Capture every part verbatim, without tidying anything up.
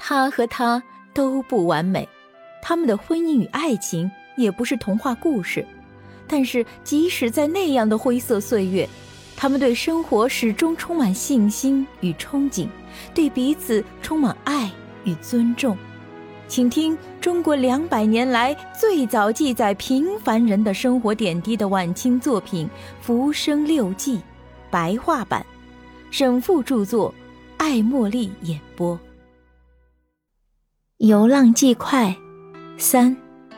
他和她都不完美，他们的婚姻与爱情也不是童话故事，但是即使在那样的灰色岁月，他们对生活始终充满信心与憧憬，对彼此充满爱与尊重。请听中国两百年来最早记载平凡人的生活点滴的晚清作品《浮生六记》白话版，沈复著作，艾茉莉演播。游浪记快三。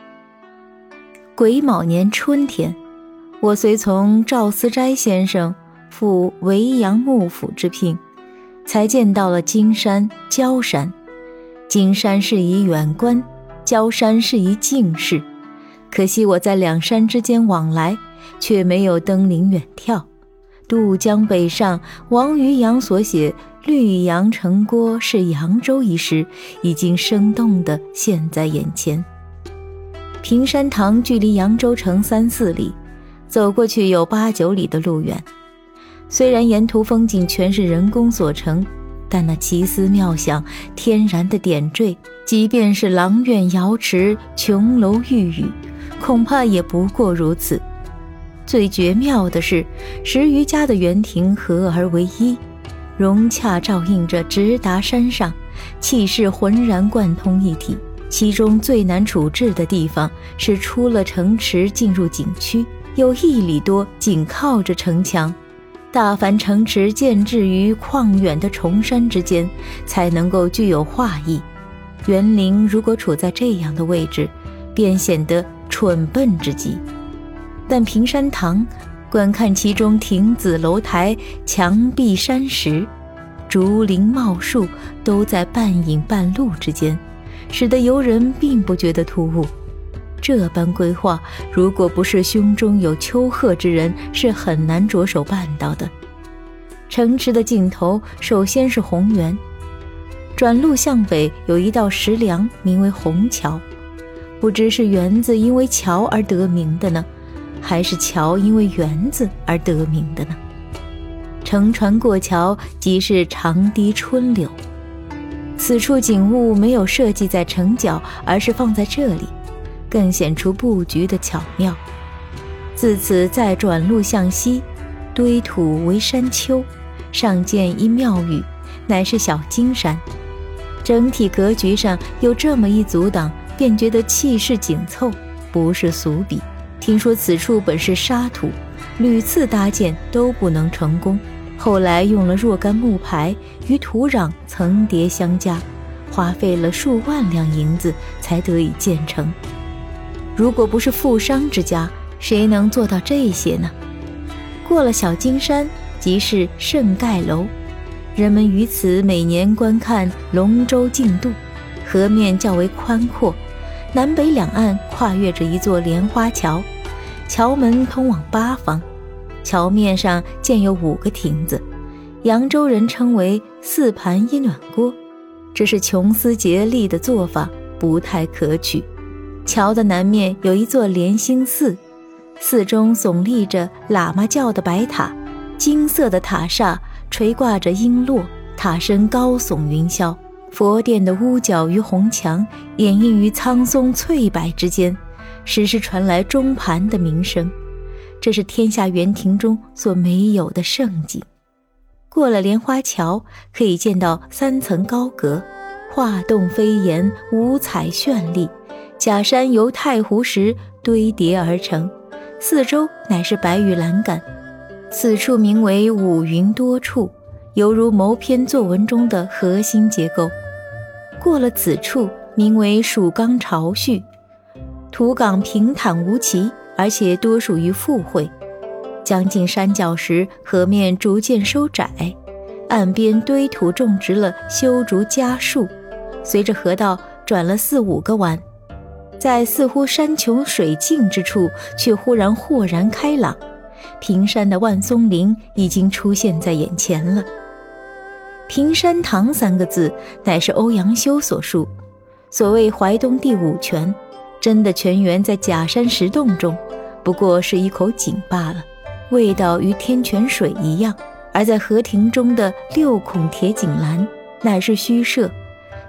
癸卯年春天，我随从赵思斋先生赴维扬幕府之聘，才见到了金山、焦山。金山是以远观，焦山是以近视。可惜我在两山之间往来，却没有登临远眺。渡江北上，王渔洋所写绿杨城郭是扬州一诗，已经生动地现在眼前。平山堂距离扬州城三四里，走过去有八九里的路远。虽然沿途风景全是人工所成，但那奇思妙想、天然的点缀，即便是廊院瑶池、琼楼玉宇，恐怕也不过如此。最绝妙的是，十余家的园亭合而为一，融洽照映着直达山上，气势浑然贯通一体。其中最难处置的地方是出了城池进入景区，有一里多紧靠着城墙。大凡城池建置于旷远的崇山之间，才能够具有画意。园林如果处在这样的位置，便显得蠢笨之极。但平山堂观看其中亭子楼台、墙壁山石、竹林茂树，都在半影半露之间，使得游人并不觉得突兀。这般规划，如果不是胸中有丘壑之人，是很难着手办到的。城池的尽头首先是红园，转路向北有一道石梁，名为红桥。不知是园子因为桥而得名的呢，还是桥因为园子而得名的呢？乘船过桥即是长堤春柳。此处景物没有设计在城角，而是放在这里，更显出布局的巧妙。自此再转路向西，堆土为山丘，上见一庙宇，乃是小金山。整体格局上有这么一阻挡，便觉得气势紧凑，不是俗比。听说此处本是沙土，屡次搭建都不能成功，后来用了若干木牌与土壤层叠相加，花费了数万两银子才得以建成。如果不是富商之家，谁能做到这些呢？过了小金山，即是圣盖楼，人们于此每年观看龙舟竞渡，河面较为宽阔，南北两岸跨越着一座莲花桥，桥门通往八方，桥面上建有五个亭子，扬州人称为四盘一暖锅，这是穷思竭力的做法，不太可取。桥的南面有一座莲心寺，寺中耸立着喇嘛教的白塔，金色的塔刹垂挂着璎珞，塔身高耸云霄，佛殿的屋角与红墙掩映于苍松翠柏之间，时时传来钟盘的鸣声。这是天下园亭中所没有的盛景。过了莲花桥，可以见到三层高阁，画栋飞檐，五彩绚丽，假山由太湖石堆叠而成，四周乃是白玉栏杆。此处名为五云多处，犹如谋篇作文中的核心结构。过了此处，名为蜀冈巢序，土岗平坦无奇，而且多属于富会。将近山脚时，河面逐渐收窄，岸边堆土种植了修竹家树，随着河道转了四五个弯，在似乎山穷水尽之处，却忽然豁然开朗，平山的万松林已经出现在眼前了。平山堂三个字乃是欧阳修所述，所谓淮东第五泉，真的泉源在假山石洞中，不过是一口井罢了，味道与天泉水一样。而在河亭中的六孔铁井栏乃是虚设，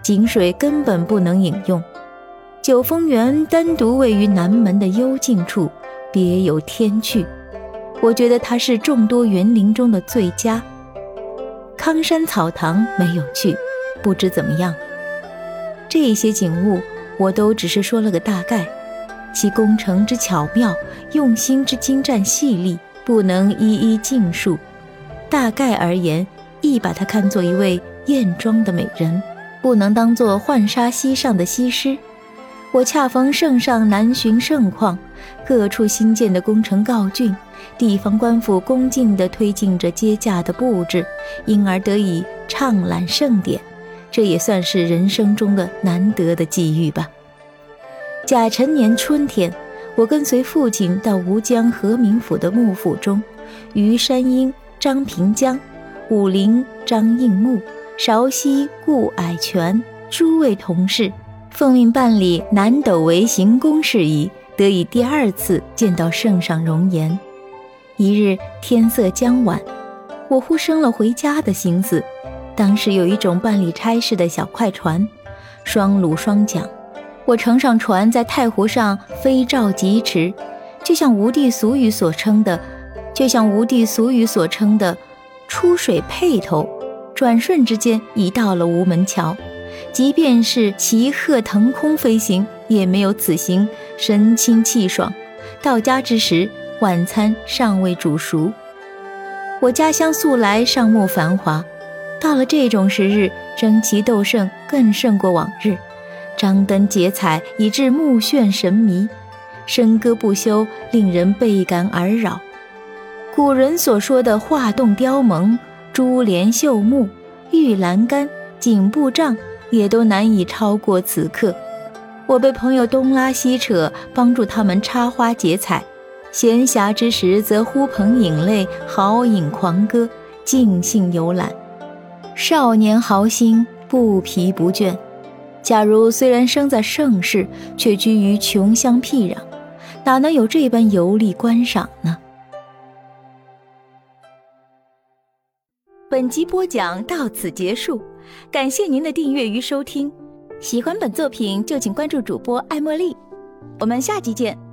井水根本不能饮用。九峰园单独位于南门的幽静处，别有天趣，我觉得它是众多园林中的最佳。康山草堂没有去，不知怎么样。这些景物我都只是说了个大概，其工程之巧妙，用心之精湛细腻，不能一一尽述。大概而言，亦把它看作一位艳妆的美人，不能当作浣纱溪上的西施。我恰逢圣上南巡盛况，各处新建的工程告竣，地方官府恭敬地推进着接驾的布置，因而得以畅览盛典，这也算是人生中的难得的际遇吧。甲辰年春天，我跟随父亲到吴江和明府的幕府中，于山阴、张平江、武陵、张应木、韶溪、顾矮泉诸位同事奉命办理南斗围行宫事宜，得以第二次见到圣上容颜。一日天色将晚，我忽生了回家的心思。当时有一种办理差事的小快船，双橹双桨，我乘上船，在太湖上飞照疾驰，就像吴地俗语所称的就像吴地俗语所称的出水沛头，转瞬之间已到了吴门桥。即便是骑鹤腾空飞行，也没有此行神清气爽。到家之时，晚餐尚未煮熟。我家乡素来尚木繁华，到了这种时日，争奇斗胜更胜过往日，张灯结彩以致目眩神迷，笙歌不休，令人倍感耳扰。古人所说的画栋雕甍、珠帘绣幕、玉栏杆、锦布帐，也都难以超过此刻。我被朋友东拉西扯，帮助他们插花结彩，闲暇之时则呼朋引类，豪饮狂歌，尽兴游览。少年豪心，不疲不倦。假如虽然生在盛世，却居于穷乡僻壤，哪能有这般游历观赏呢？本集播讲到此结束，感谢您的订阅与收听。喜欢本作品就请关注主播艾茉莉，我们下集见。